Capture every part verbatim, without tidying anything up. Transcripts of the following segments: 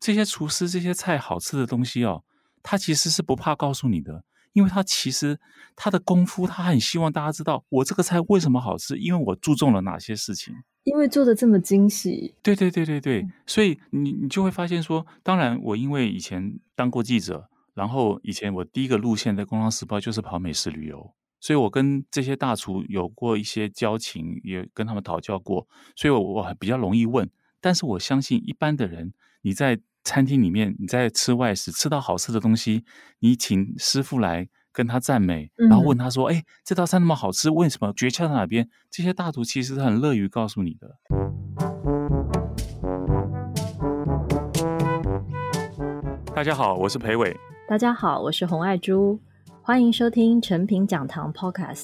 这些厨师这些菜好吃的东西哦，他其实是不怕告诉你的，因为他其实他的功夫，他很希望大家知道我这个菜为什么好吃，因为我注重了哪些事情。 因为做的这么精细。 对对对对对，所以你你就会发现说，当然我因为以前当过记者，然后以前我第一个路线在《工商时报》就是跑美食旅游，所以我跟这些大厨有过一些交情，也跟他们讨教过，所以我我比较容易问。但是我相信一般的人，你在餐厅里面，你在吃外食吃到好吃的东西，你请师傅来跟他赞美，然后问他说：“哎、嗯，这道菜那么好吃，为什么诀窍在哪边？”这些大厨其实很乐于告诉你的。大家好，我是裴伟。 大家好，我是洪爱珠，欢迎收听诚品讲堂 Podcast。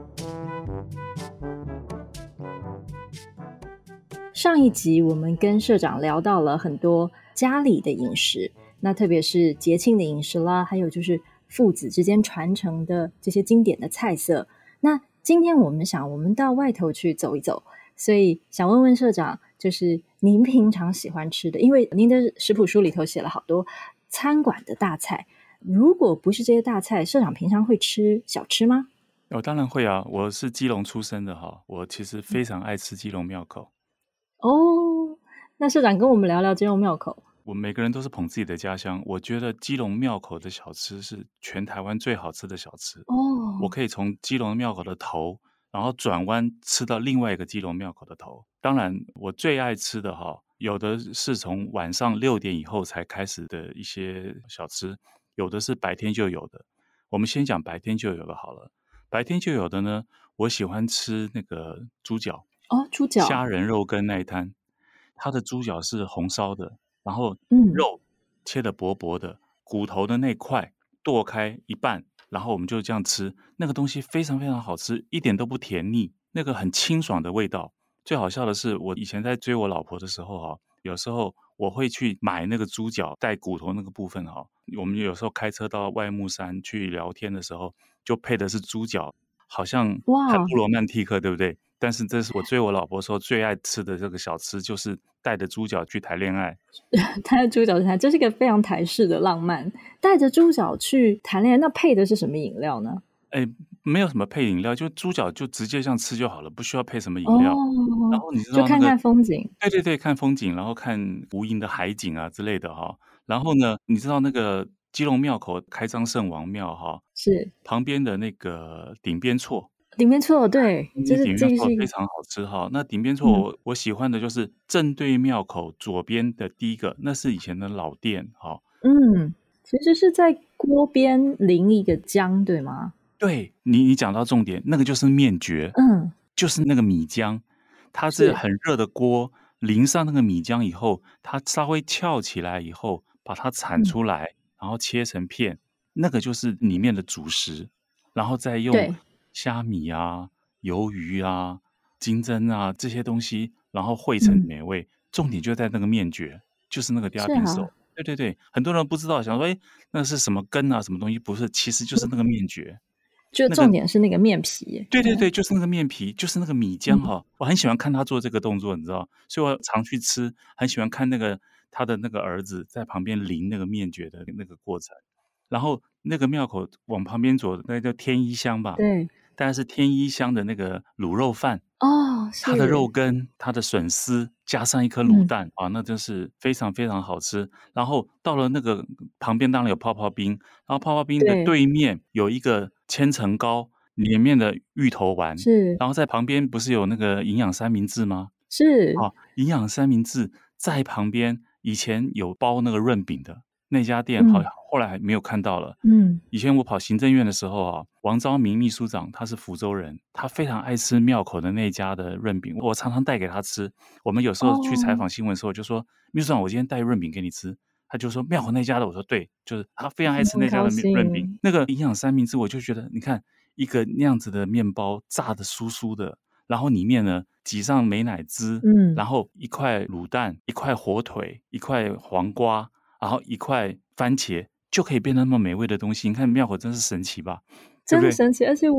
上一集我们跟社长聊到了很多家里的饮食，那特别是节庆的饮食啦，还有就是父子之间传承的这些经典的菜色。那今天我们想我们到外头去走一走，所以想问问社长，就是您平常喜欢吃的，因为您的食谱书里头写了好多餐馆的大菜，如果不是这些大菜，社长平常会吃小吃吗？ 哦，当然会啊，我是基隆出生的哈，我其实非常爱吃基隆庙口。 哦，那社长跟我们聊聊基隆庙口。 我们每个人都是捧自己的家乡，我觉得基隆庙口的小吃是全台湾最好吃的小吃。 哦， 我可以从基隆庙口的头，然后转弯吃到另外一个基隆庙口的头。当然，我最爱吃的哈，有的是从晚上六点以后才开始的一些小吃，有的是白天就有的。我们先讲白天就有的好了。白天就有的呢，我喜欢吃那个猪脚。 哦，猪脚， 虾仁肉羹那一摊，它的猪脚是红烧的，然后肉切得薄薄的，嗯、骨头的那块剁开一半，然后我们就这样吃，那个东西非常非常好吃，一点都不甜腻，那个很清爽的味道。最好笑的是，我以前在追我老婆的时候哈，有时候我会去买那个猪脚带骨头那个部分哈，我们有时候开车到外木山去聊天的时候，就配的是猪脚，好像很不罗曼蒂克，对不对？但是这是我追我老婆时候最爱吃的这个小吃，就是带着猪脚去谈恋爱。 带着猪脚去谈，这是一个非常台式的浪漫。带着猪脚去谈恋爱，那配的是什么饮料呢？ 哎，没有什么配饮料，就猪脚就直接这样吃就好了，不需要配什么饮料。哦、然后你知道、那个、 就看看风景。 对对对，看风景，然后看无垠的海景啊之类的哈。然后呢，你知道那个基隆庙口开张圣王庙哈， 是旁边的那个顶边错。 顶边错，对， 这顶边错非常好吃哈。那顶边错我、嗯、我喜欢的就是正对庙口左边的第一个，那是以前的老店哈。 嗯，其实是在锅边淋一个浆，对吗？ 对，你你讲到重点，那个就是面蕨，嗯，就是那个米浆，它是很热的锅，淋上那个米浆以后，它稍微翘起来以后，把它铲出来，嗯、然后切成片，那个就是里面的主食，然后再用虾米啊、鱿鱼啊、金针啊这些东西，然后烩成美味。嗯、重点就在那个面蕨，就是那个嗲饼手。对对对，很多人不知道，想说，哎，那是什么根啊，什么东西？不是，其实就是那个面蕨。 就重点是那个面皮。那個、对对对，就是那个面皮，就是那个米浆哈、哦。嗯、我很喜欢看他做这个动作，你知道，所以我常去吃，很喜欢看那个他的那个儿子在旁边淋那个面蕨的那个过程。然后那个庙口往旁边走，那叫天一香吧？ 对， 大概是天一香的那个卤肉饭哦， 它的肉羹、它的笋丝加上一颗卤蛋、嗯、啊，那真是非常非常好吃。然后到了那个旁边，当然有泡泡冰，然后泡泡冰的对面有一个千层糕，里面的芋头丸是， 然后在旁边不是有那个营养三明治吗？ 是啊，营养三明治在旁边，以前有包那个润饼的。那家店好，后来没有看到了。嗯，以前我跑行政院的时候啊，王昭明秘书长他是福州人，他非常爱吃庙口的那家的润饼，我常常带给他吃。我们有时候去采访新闻的时候，就说、哦、秘书长，我今天带润饼给你吃。他就说庙口那家的，我说对，就是他非常爱吃那家的润饼。那个营养三明治，我就觉得你看一个那样子的面包，炸的酥酥的，然后里面呢挤上美乃滋，嗯，然后一块卤蛋，一块火腿，一块黄瓜。然后一块番茄就可以变成那么美味的东西，你看庙口真是神奇吧？ 真的神奇，而且我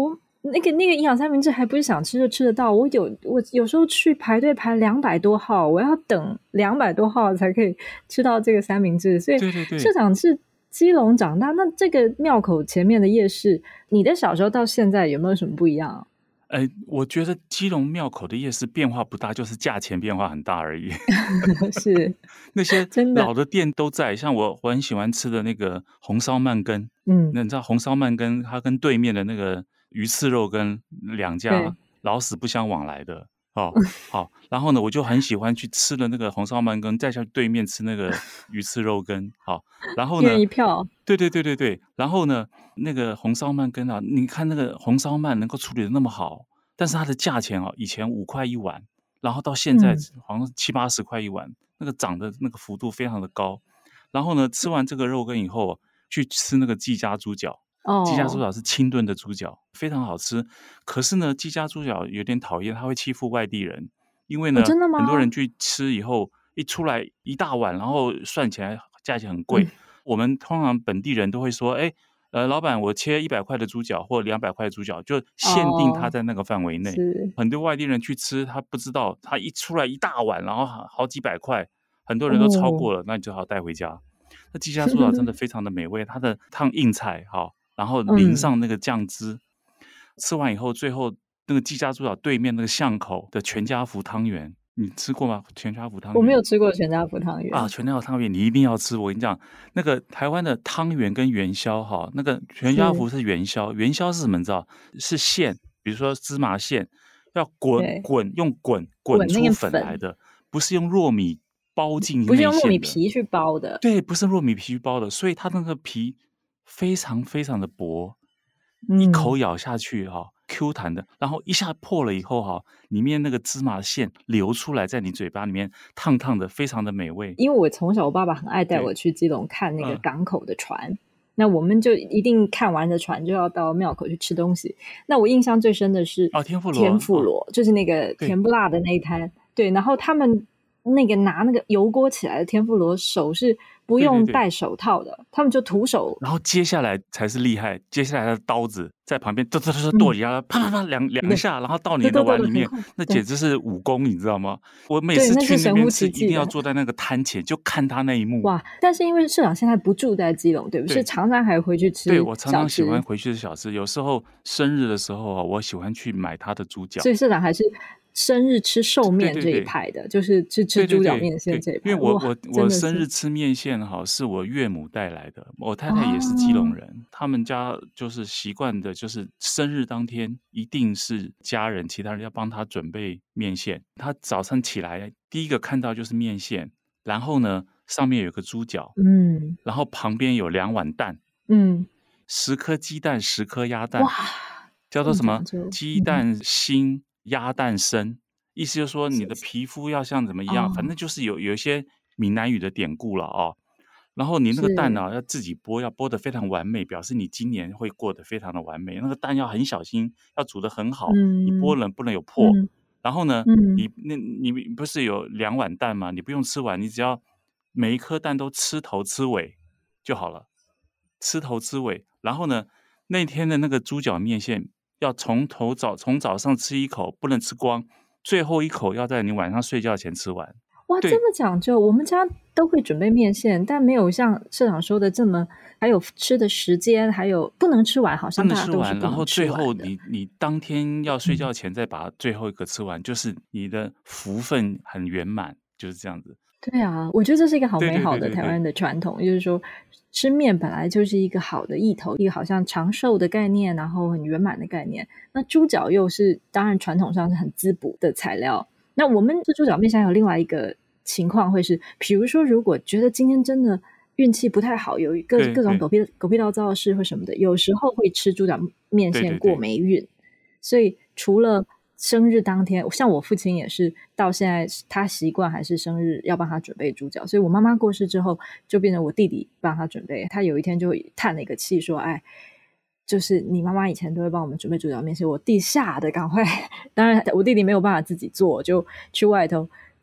那个那个营养三明治还不是想吃就吃得到，我有我有时候去排队排两百多号，我要等两百多号才可以吃到这个三明治。所以社长是基隆长大，那这个庙口前面的夜市，你的小时候到现在有没有什么不一样？ 呃，我觉得基隆庙口的夜市变化不大，就是价钱变化很大而已。 是那些老的店都在，像我我很喜欢吃的那个红烧鳗羹，嗯，那你知道红烧鳗羹它跟对面的那个鱼翅肉羹两家老死不相往来的。哦，好，然后呢，我就很喜欢去吃的那个红烧鳗羹，再去对面吃那个鱼翅肉羹。好，然后呢， 一人一票。 对对对对对，然后呢，那个红烧鳗羹啊，你看那个红烧鳗能够处理的那么好，但是它的价钱啊，以前五块一碗，然后到现在好像七八十块一碗，那个涨的那个幅度非常的高。然后呢，吃完这个肉羹以后，去吃那个季家猪脚。季家猪脚是清炖的猪脚，非常好吃。可是呢，季家猪脚有点讨厌，他会欺负外地人，因为呢， 哦、真的吗？ 很多人去吃以后，一出来一大碗，然后算起来价钱很贵。嗯、我们通常本地人都会说，哎，呃，老板，我切一百块的猪脚或两百块的猪脚，就限定它在那个范围内。哦、很多外地人去吃，他不知道，他一出来一大碗，然后好几百块，很多人都超过了，哦、那你就好带回家。那季家猪脚真的非常的美味，它的烫硬菜哈。然后淋上那个酱汁，嗯、吃完以后，最后那个季家猪脚对面那个巷口的全家福汤圆，你吃过吗？全家福汤圆我没有吃过全家福汤圆啊，全家福汤圆你一定要吃。我跟你讲，那个台湾的汤圆跟元宵哈，那个全家福是元宵，元宵是什么？你知道？是馅，比如说芝麻馅，要滚滚用滚滚出粉来的，不是用糯米包进内馅的， 不是用糯米皮去包的， 对，不是糯米皮去包的，所以它那个皮非常非常的薄，嗯、一口咬下去哈、哦、，Q 弹的，然后一下破了以后哈、哦，里面那个芝麻馅流出来，在你嘴巴里面烫烫的，非常的美味。 因为我从小我爸爸很爱带我去基隆看那个港口的船，嗯、那我们就一定看完的船就要到庙口去吃东西。那我印象最深的是哦，天妇罗， 天妇罗、哦、就是那个甜不辣的那一摊，对，然后他们那个拿那个油锅起来的天妇罗手是不用戴手套的，对对对，他们就徒手。 然后接下来才是厉害，接下来的刀子在旁边剁剁剁剁一下，啪啪啪两两下，然后到你的碗里面，那简直是武功，你知道吗？我每次去那边吃，一定要坐在那个摊前，就看他那一幕。 哇！但是因为社长现在不住在基隆，对不对？是常常还回去吃。 对，我常常喜欢回去吃小吃，有时候生日的时候啊，我喜欢去买他的猪脚。 所以社长还是生日吃寿面这一派的，对对对，就是吃吃猪脚面线这一派。 因为我我我生日吃面线哈，是我岳母带来的。我太太也是基隆人，哦、他们家就是习惯的，就是生日当天一定是家人，其他人要帮他准备面线。他早上起来第一个看到就是面线，然后呢上面有个猪脚，嗯，然后旁边有两碗蛋，嗯，十颗鸡蛋，十颗鸭蛋，哇，叫做什么？鸡蛋心。鸭蛋生，意思就是说你的皮肤要像怎么样，反正就是有有一些闽南语的典故了哦。然后你那个蛋呢、啊，要自己剥，要剥得非常完美，表示你今年会过得非常的完美。那个蛋要很小心，要煮得很好，嗯、你剥了不能有破。嗯、然后呢，嗯、你那你不是有两碗蛋吗？你不用吃完，你只要每一颗蛋都吃头吃尾就好了，吃头吃尾。然后呢，那天的那个猪脚面线。要从头早从早上吃一口，不能吃光，最后一口要在你晚上睡觉前吃完。 哇，这么讲究！我们家都会准备面线，但没有像社长说的这么，还有吃的时间，还有不能吃完，好像大家都是不能吃完。 然后最后你你当天要睡觉前再把最后一个吃完，嗯、就是你的福分很圆满，就是这样子。 对啊，我觉得这是一个好美好的台湾的传统，就是说吃面本来就是一个好的意头，一个好像长寿的概念，然后很圆满的概念。那猪脚又是当然传统上是很滋补的材料。那我们吃猪脚面线有另外一个情况会是，比如说如果觉得今天真的运气不太好，有各各种狗屁狗屁叨叨的事或什么的，有时候会吃猪脚面线过霉运。对对对，所以除了生日当天，像我父亲也是到现在他习惯还是生日要帮他准备猪脚，所以我妈妈过世之后就变成我弟弟帮他准备。他有一天就叹了一个气说，哎，就是你妈妈以前都会帮我们准备猪脚面线，我弟吓得赶快，当然我弟弟没有办法自己做，就去外头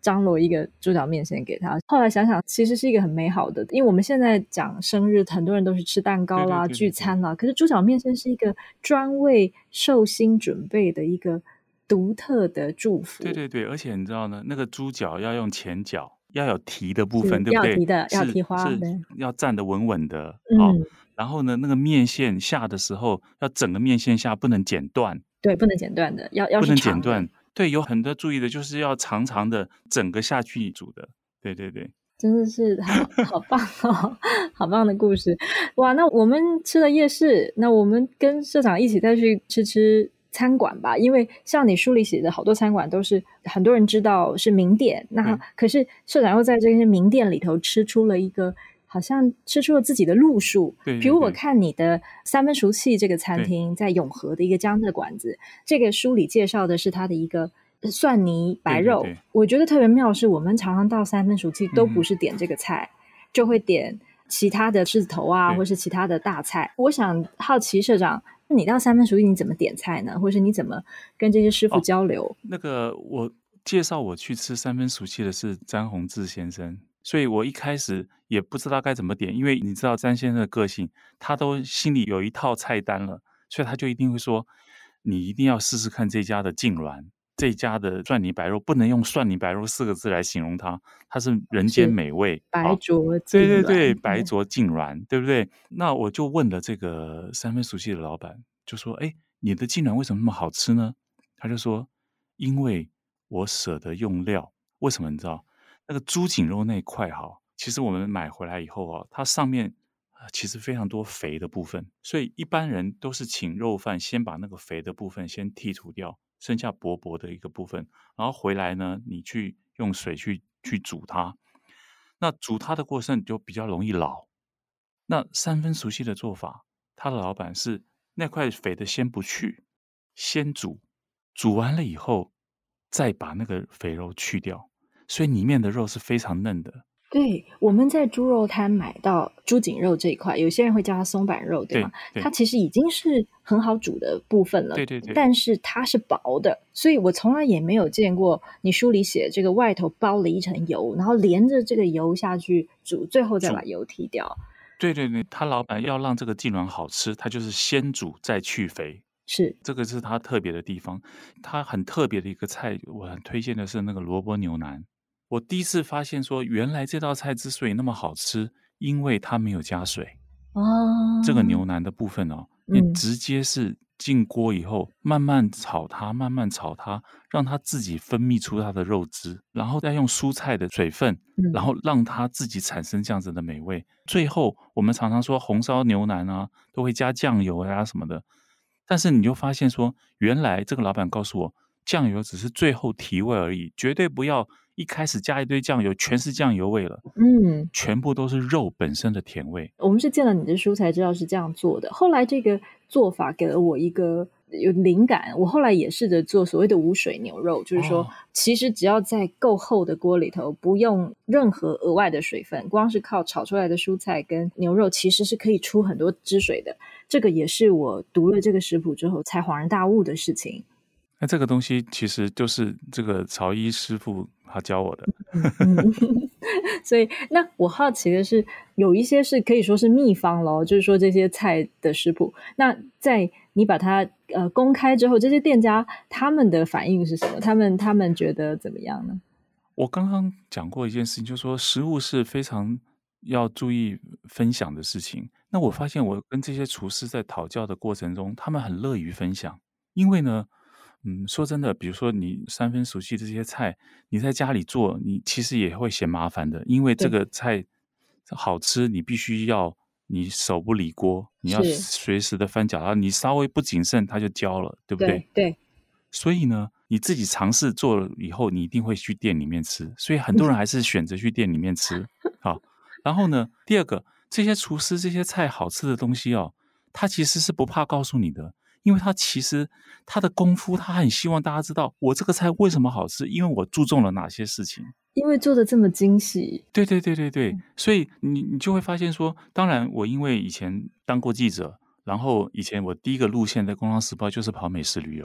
张罗一个猪脚面线给他。后来想想其实是一个很美好的，因为我们现在讲生日很多人都是吃蛋糕啦，对对对对对，聚餐啦，可是猪脚面线是一个专为寿星准备的一个独特的祝福。 对对对，而且你知道呢，那个猪脚要用前脚，要有蹄的部分，对不对？ 要蹄的，要蹄花， 是要站得稳稳的、 嗯哦、然后呢那个面线下的时候要整个面线下，不能剪断。 对，不能剪断的，要要是不能剪断。对，有很多注意的，就是要长长的整个下去煮的。对对对， 真的是好好棒哦，好棒的故事。哇，那我们吃了夜市，那我们跟社长一起再去吃吃餐馆吧，因为像你书里写的好多餐馆都是很多人知道是名店，那可是社长又在这些名店里头吃出了一个好像吃出了自己的路数。 对对对， 比如我看你的三分熟气这个餐厅在永和的一个江浙馆子，这个书里介绍的是它的一个蒜泥白肉。 对对对， 我觉得特别妙是我们常常到三分熟气都不是点这个菜、嗯、就会点其他的狮子头啊，或是其他的大菜。我想好奇社长，你到三分熟气你怎么点菜呢？或是你怎么跟这些师傅交流？ 哦、那个我介绍我去吃三分熟气的是詹宏志先生，所以我一开始也不知道该怎么点，因为你知道詹先生的个性，他都心里有一套菜单了，所以他就一定会说你一定要试试看这家的痉挛，这家的蒜泥白肉，不能用蒜泥白肉四个字来形容它，它是人间美味， 白灼痉挛， 对对对，白灼痉挛，对不对？那我就问了这个三分熟气的老板，就说哎，你的痉挛为什么那么好吃呢？他就说因为我舍得用料。为什么你知道？那个猪颈肉那一块哈，其实我们买回来以后啊，它上面其实非常多肥的部分，所以一般人都是请肉贩先把那个肥的部分先剔除掉，剩下薄薄的一个部分，然后回来呢，你去用水去去煮它。那煮它的过程就比较容易老。那三分熟悉的做法，他的老板是那块肥的先不去，先煮，煮完了以后再把那个肥肉去掉，所以里面的肉是非常嫩的。 对，我们在猪肉摊买到猪颈肉这一块，有些人会叫它松板肉，对吗？ 对， 它其实已经是很好煮的部分了， 对对对， 但是它是薄的，所以我从来也没有见过你书里写这个外头包了一层油，然后连着这个油下去煮，最后再把油剔掉。 对对对，他老板要让这个痉挛好吃，他就是先煮再去肥， 是这个是他特别的地方。他很特别的一个菜，我很推荐的是那个萝卜牛腩。我第一次发现说，原来这道菜之所以那么好吃，因为它没有加水。 哦， 这个牛腩的部分哦，你直接是进锅以后，慢慢炒它，慢慢炒它，让它自己分泌出它的肉汁，然后再用蔬菜的水分，然后让它自己产生这样子的美味。最后我们常常说红烧牛腩啊，都会加酱油啊什么的，但是你就发现说，原来这个老板告诉我，酱油只是最后提味而已，绝对不要一开始加一堆酱油，全是酱油味了，嗯，全部都是肉本身的甜味。 我们是见了你的书才知道是这样做的，后来这个做法给了我一个有灵感，我后来也试着做所谓的无水牛肉，就是说、哦、其实只要在够厚的锅里头，不用任何额外的水分，光是靠炒出来的蔬菜跟牛肉，其实是可以出很多汁水的。这个也是我读了这个食谱之后才恍然大悟的事情。 那这个东西其实就是这个曹一师傅他教我的。 所以那我好奇的是，有一些是可以说是秘方咯，就是说这些菜的食谱，那在你把它呃公开之后，这些店家他们的反应是什么？他们他们觉得怎么样呢？ 我刚刚讲过一件事情，就是说食物是非常要注意分享的事情。那我发现我跟这些厨师在讨教的过程中，他们很乐于分享，因为呢嗯，说真的，比如说你三分熟悉这些菜，你在家里做，你其实也会嫌麻烦的，因为这个菜好吃，你必须要你手不离锅，你要随时的翻搅它，你稍微不谨慎，它就焦了，对不对？ 对。对。 所以呢，你自己尝试做了以后，你一定会去店里面吃，所以很多人还是选择去店里面吃。好，然后呢，第二个，这些厨师这些菜好吃的东西哦，他其实是不怕告诉你的。因为他其实他的功夫，他很希望大家知道我这个菜为什么好吃，因为我注重了哪些事情， 因为做的这么精细。 对对对对对，所以你你就会发现说，当然我因为以前当过记者，然后以前我第一个路线在《工商时报》就是跑美食旅游，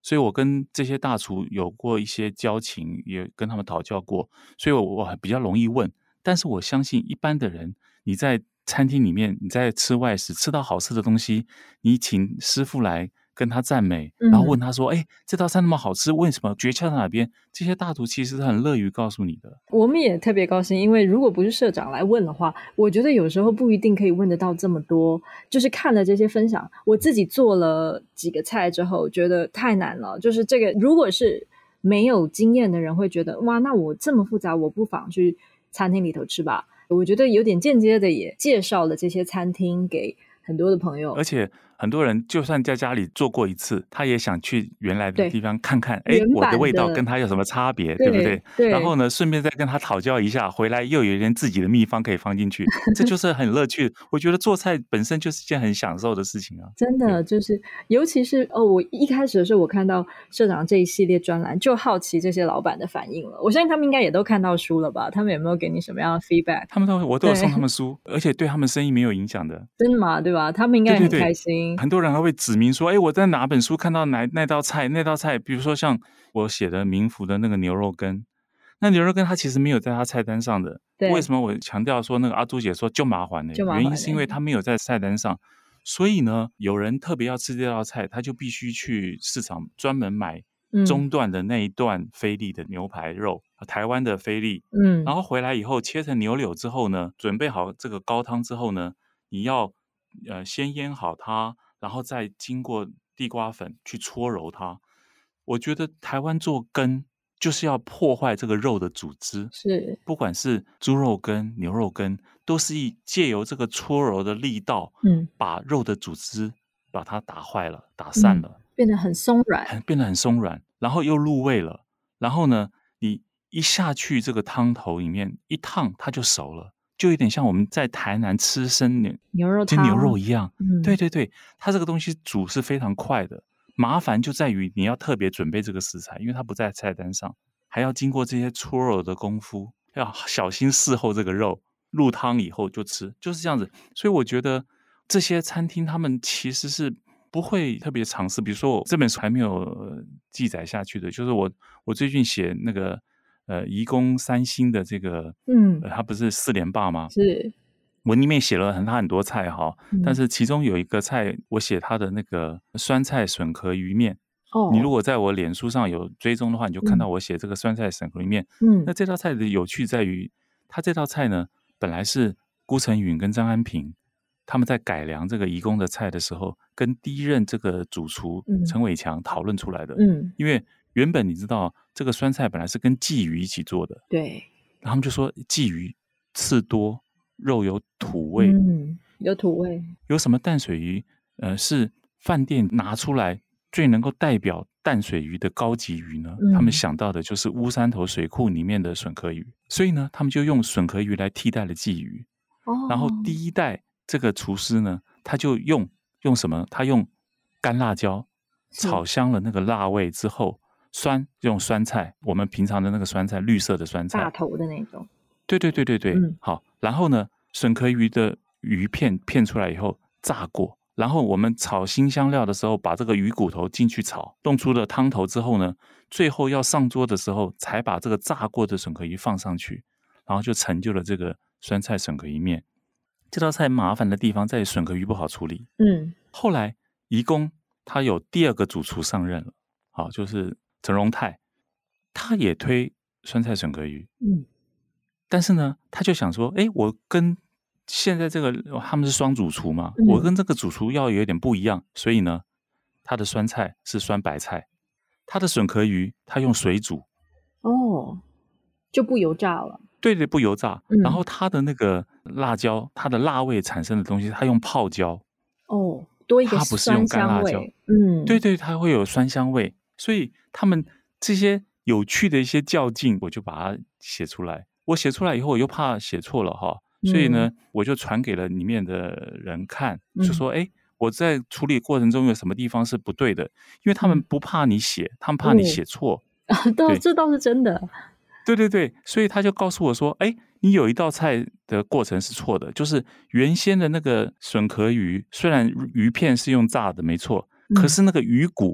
所以我跟这些大厨有过一些交情，也跟他们讨教过，所以我我比较容易问。但是我相信一般的人，你在餐厅里面，你在吃外食，吃到好吃的东西，你请师傅来跟他赞美，然后问他说：“哎、嗯，这道菜那么好吃，为什么？诀窍在哪边？”这些大厨其实很乐于告诉你的。 我们也特别高兴，因为如果不是社长来问的话，我觉得有时候不一定可以问得到这么多。就是看了这些分享，我自己做了几个菜之后，觉得太难了。就是这个，如果是没有经验的人，会觉得哇，那我这么复杂，我不妨去餐厅里头吃吧。我觉得有点间接的也介绍了这些餐厅给很多的朋友， 而且很多人就算在家里做过一次，他也想去原来的地方看看，哎，我的味道跟他有什么差别， 对, 对不对？ 对。 然后呢，顺便再跟他讨教一下，回来又有一点自己的秘方可以放进去，这就是很乐趣。我觉得做菜本身就是一件很享受的事情啊， 真的就是，尤其是哦，我一开始的时候，我看到社长这一系列专栏，就好奇这些老板的反应了。我相信他们应该也都看到书了吧？他们有没有给你什么样的 feedback？ 他们都我都有送他们书，而且对他们生意没有影响的。 真的吗？对吧？他们应该很开心。 对对对，很多人还会指明说，哎，我在哪本书看到哪那道菜，那道菜，比如说像我写的民福的那个牛肉羹，那牛肉羹它其实没有在他菜单上的。为什么我强调说那个阿朱姐说就麻烦呢？原因是因为他没有在菜单上，所以呢，有人特别要吃这道菜，他就必须去市场专门买中段的那一段菲力的牛排肉，嗯、台湾的菲力，嗯，然后回来以后切成牛柳之后呢，准备好这个高汤之后呢，你要呃先腌好它，然后再经过地瓜粉去搓揉它。我觉得台湾做羹就是要破坏这个肉的组织， 是不管是猪肉羹、牛肉羹，都是借由这个搓揉的力道，嗯，把肉的组织把它打坏了、打散了，嗯， 变得很松软， 变得很松软，然后又入味了。然后呢，你一下去这个汤头里面一烫，它就熟了，就有点像我们在台南吃生牛牛肉汤、 牛肉一样。嗯，对对对，它这个东西煮是非常快的。麻烦就在于你要特别准备这个食材，因为它不在菜单上，还要经过这些搓揉的功夫，要小心伺候这个肉入汤以后就吃，就是这样子。所以我觉得这些餐厅他们其实是不会特别尝试，比如说我这本书还没有记载下去的，就是我我最近写那个呃宜工三星的这个，嗯，呃、他不是四连霸吗？ 是。 我里面写了很他很多菜哈，嗯，但是其中有一个菜，我写他的那个酸菜笋壳鱼面。哦，你如果在我脸书上有追踪的话，你就看到我写这个酸菜笋壳鱼面。嗯，那这道菜的有趣在于，他这道菜呢，本来是辜成允跟张安平他们在改良这个宜工的菜的时候，跟第一任这个主厨陈伟强讨论出来的。嗯，因为原本你知道这个酸菜本来是跟鲫鱼一起做的， 对， 然后他们就说鲫鱼刺多。肉有土味， 嗯，有土味。 有什么淡水鱼？呃，是饭店拿出来最能够代表淡水鱼的高级鱼呢？嗯，他们想到的就是乌山头水库里面的笋壳鱼，所以呢，他们就用笋壳鱼来替代了鲫鱼。哦，然后第一代这个厨师呢，他就用用什么？他用干辣椒炒香了那个辣味之后，酸用酸菜，我们平常的那个酸菜，绿色的酸菜， 大头的那种。 对对对对对，嗯，好，然后呢，笋壳鱼的鱼片片出来以后炸过，然后我们炒辛香料的时候，把这个鱼骨头进去炒，弄出了汤头之后呢，最后要上桌的时候，才把这个炸过的笋壳鱼放上去，然后就成就了这个酸菜笋壳鱼面。这道菜麻烦的地方在于笋壳鱼不好处理，嗯，后来宜工他有第二个主厨上任了，好，就是陈荣泰，他也推酸菜笋壳鱼，嗯。但是呢，他就想说，哎，我跟现在这个他们是双主厨嘛，嗯，我跟这个主厨要有点不一样，所以呢，他的酸菜是酸白菜，他的笋壳鱼他用水煮， 哦，就不油炸了。 对对，不油炸，嗯。然后他的那个辣椒，他的辣味产生的东西，他用泡椒， 哦，多一个他不是用干辣椒，嗯，对对，他会有酸香味，所以他们这些有趣的一些较劲，我就把它写出来。我写出来以后，我又怕写错了哈，所以呢，嗯，我就传给了里面的人看，就说，哎，我在处理过程中有什么地方是不对的，因为他们不怕你写，他们怕你写错。 啊，对，这倒是真的。 对对对，所以他就告诉我说，哎，你有一道菜的过程是错的，就是原先的那个笋壳鱼，虽然鱼片是用炸的没错，可是那个鱼骨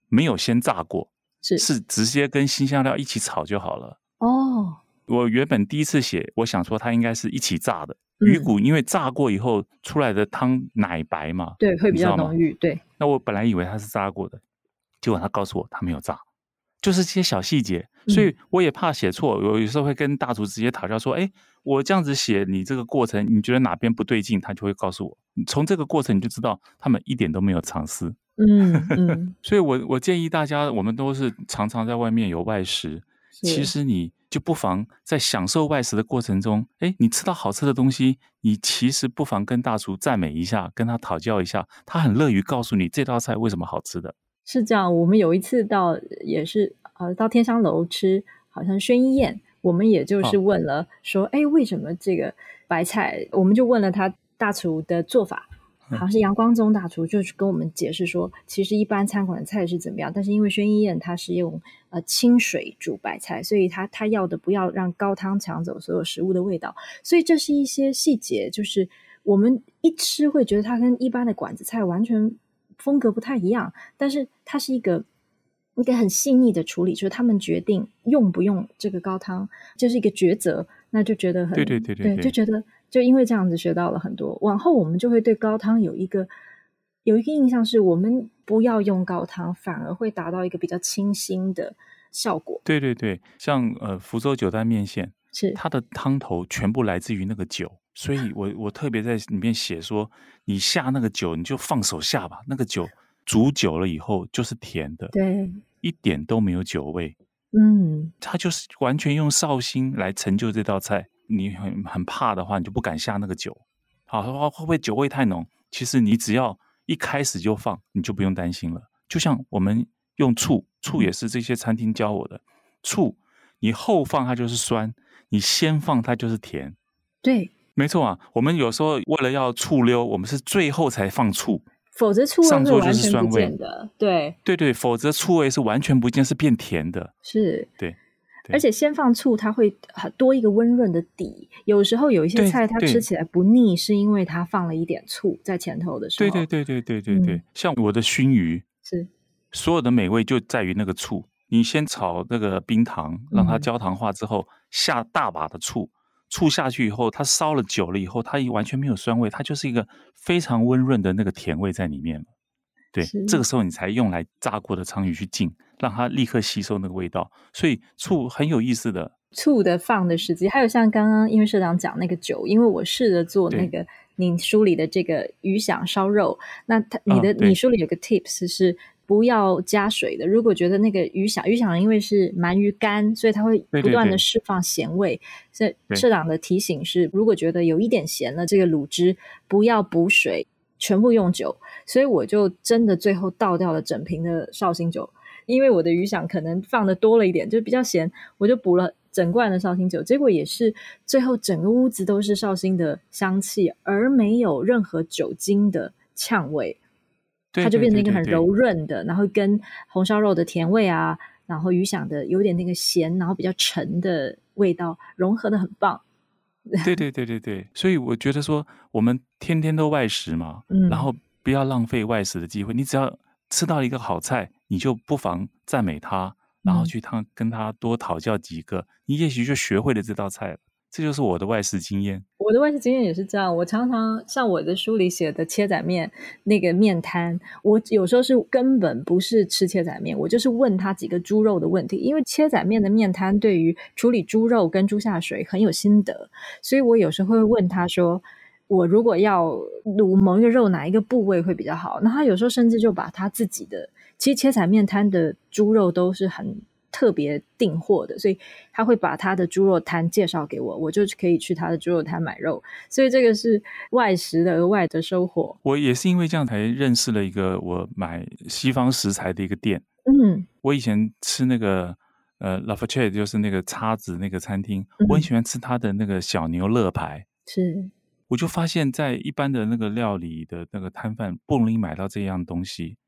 没有先炸过， 是是直接跟辛香料一起炒就好了。 哦， 我原本第一次写，我想说它应该是一起炸的。鱼骨因为炸过以后出来的汤奶白嘛， 对，会比较浓郁。对， 那我本来以为它是炸过的，结果他告诉我他没有炸，就是这些小细节，所以我也怕写错。我有时候会跟大厨直接讨教说，哎，我这样子写，你这个过程你觉得哪边不对劲，他就会告诉我。从这个过程你就知道他们一点都没有藏私。 嗯嗯， 所以我我建议大家，我们都是常常在外面有外食，其实你就不妨在享受外食的过程中，哎，你吃到好吃的东西，你其实不妨跟大厨赞美一下，跟他讨教一下，他很乐于告诉你这道菜为什么好吃的。 是这样，我们有一次到也是呃到天香楼吃，好像宣一宴，我们也就是问了说，哎、哦，为什么这个白菜？我们就问了他大厨的做法。好像是杨光宗大厨就是跟我们解释说，其实一般餐馆的菜是怎么样，但是因为宣一宴它是用呃清水煮白菜，所以他他要的不要让高汤抢走所有食物的味道，所以这是一些细节，就是我们一吃会觉得它跟一般的馆子菜完全风格不太一样，但是它是一个一个很细腻的处理，就是他们决定用不用这个高汤，就是一个抉择，那就觉得很对对对 对, 对，就觉得就因为这样子学到了很多，往后我们就会对高汤有一个有一个印象，是我们不要用高汤，反而会达到一个比较清新的效果。 对对对，像呃福州九丹面线， 是它的汤头全部来自于那个酒，所以我我特别在里面写说，你下那个酒你就放手下吧，那个酒煮久了以后就是甜的， 对，一点都没有酒味。 嗯， 它就是完全用绍兴来成就这道菜。你很很怕的话，你就不敢下那个酒。好，会不会酒味太浓？其实你只要一开始就放，你就不用担心了。就像我们用醋，醋也是这些餐厅教我的。醋你后放它就是酸，你先放它就是甜。 对， 没错啊。我们有时候为了要醋溜，我们是最后才放醋， 否则醋味上桌就是酸味的。对对对，否则醋味是完全不见，是变甜的。 是， 对。 而且先放醋，它会多一个温润的底。有时候有一些菜它吃起来不腻，是因为它放了一点醋在前头的时候。 对对对对对对对、嗯，像我的熏鱼， 是所有的美味就在于那个醋。你先炒那个冰糖，让它焦糖化之后，嗯、下大把的醋，醋下去以后，它烧了久了以后，它完全没有酸味，它就是一个非常温润的那个甜味在里面了。对，这个时候你才用来炸过的鲳鱼去浸，让它立刻吸收那个味道。所以醋很有意思的， 醋的放的时机，还有像刚刚因为社长讲那个酒，因为我试着做那个你书里的这个鱼响烧肉，那它你的、哦、你书里有个 tips 是不要加水的。如果觉得那个鱼响，鱼响因为是鳗鱼干，所以它会不断的释放咸味，所以社长的提醒是，如果觉得有一点咸了，这个卤汁不要补水，全部用酒。所以我就真的最后倒掉了整瓶的绍兴酒，因为我的鱼响可能放的多了一点，就比较咸，我就补了整罐的绍兴酒，结果也是最后整个屋子都是绍兴的香气，而没有任何酒精的呛味，它就变成一个很柔润的，然后跟红烧肉的甜味啊，然后鱼响的有点那个咸，然后比较沉的味道融合的很棒。 对对对对对，所以我觉得说我们天天都外食嘛、嗯、然后不要浪费外食的机会，你只要吃到一个好菜，你就不妨赞美他，然后去他跟他多讨教几个、嗯、你也许就学会了这道菜了。这就是我的外食经验。 我的外食经验也是这样，我常常像我的书里写的切仔面那个面摊，我有时候是根本不是吃切仔面，我就是问他几个猪肉的问题，因为切仔面的面摊对于处理猪肉跟猪下水很有心得，所以我有时候会问他说，我如果要卤某一个肉哪一个部位会比较好，那他有时候甚至就把他自己的，其实切仔面摊的猪肉都是很特别订货的，所以他会把他的猪肉摊介绍给我，我就可以去他的猪肉摊买肉，所以这个是外食的额外的收获。 我也是因为这样才认识了一个我买西方食材的一个店。 嗯， 我以前吃那个呃 La Fourchette 就是那个叉子那个餐厅、嗯、我很喜欢吃他的那个小牛肋排， 是， 我就发现在一般的那个料理的那个摊贩不容易买到这样东西，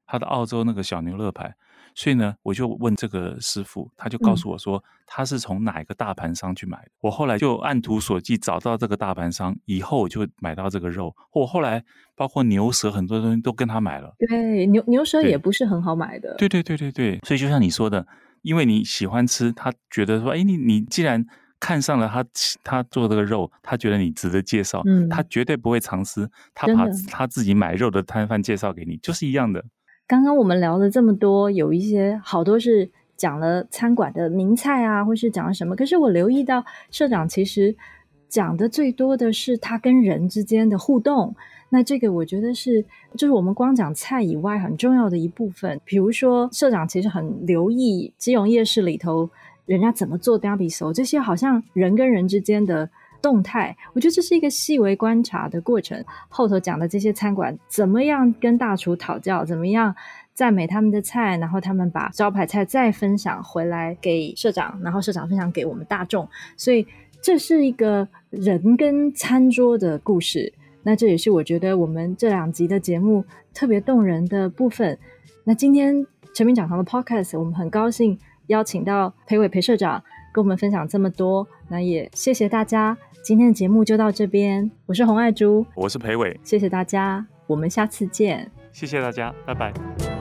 他的澳洲那个小牛肋排。所以呢，我就问这个师傅，他就告诉我说、嗯、他是从哪一个大盘商去买的。我后来就按图索骥找到这个大盘商，以后我就买到这个肉。我后来包括牛舌很多东西都跟他买了。 对，牛牛舌也不是很好买的。 对对对对对，所以就像你说的，因为你喜欢吃，他觉得说，哎，你你既然看上了他他做这个肉，他觉得你值得介绍、嗯、他绝对不会藏私，他把他自己买肉的摊贩介绍给你，就是一样的。 刚刚我们聊了这么多，有一些好多是讲了餐馆的名菜啊，或是讲了什么，可是我留意到社长其实讲的最多的是他跟人之间的互动，那这个我觉得是就是我们光讲菜以外很重要的一部分。比如说社长其实很留意基隆夜市里头人家怎么做咖比手，这些好像人跟人之间的动态，我觉得这是一个细微观察的过程。后头讲的这些餐馆怎么样跟大厨讨教，怎么样赞美他们的菜，然后他们把招牌菜再分享回来给社长，然后社长分享给我们大众，所以这是一个人跟餐桌的故事。那这也是我觉得我们这两集的节目特别动人的部分。那今天陈明讲堂的 podcast 我们很高兴邀请到裴伟裴社长跟我们分享这么多，那也谢谢大家，今天的节目就到这边。我是洪爱珠， 我是裴伟， 谢谢大家，我们下次见。 谢谢大家，拜拜。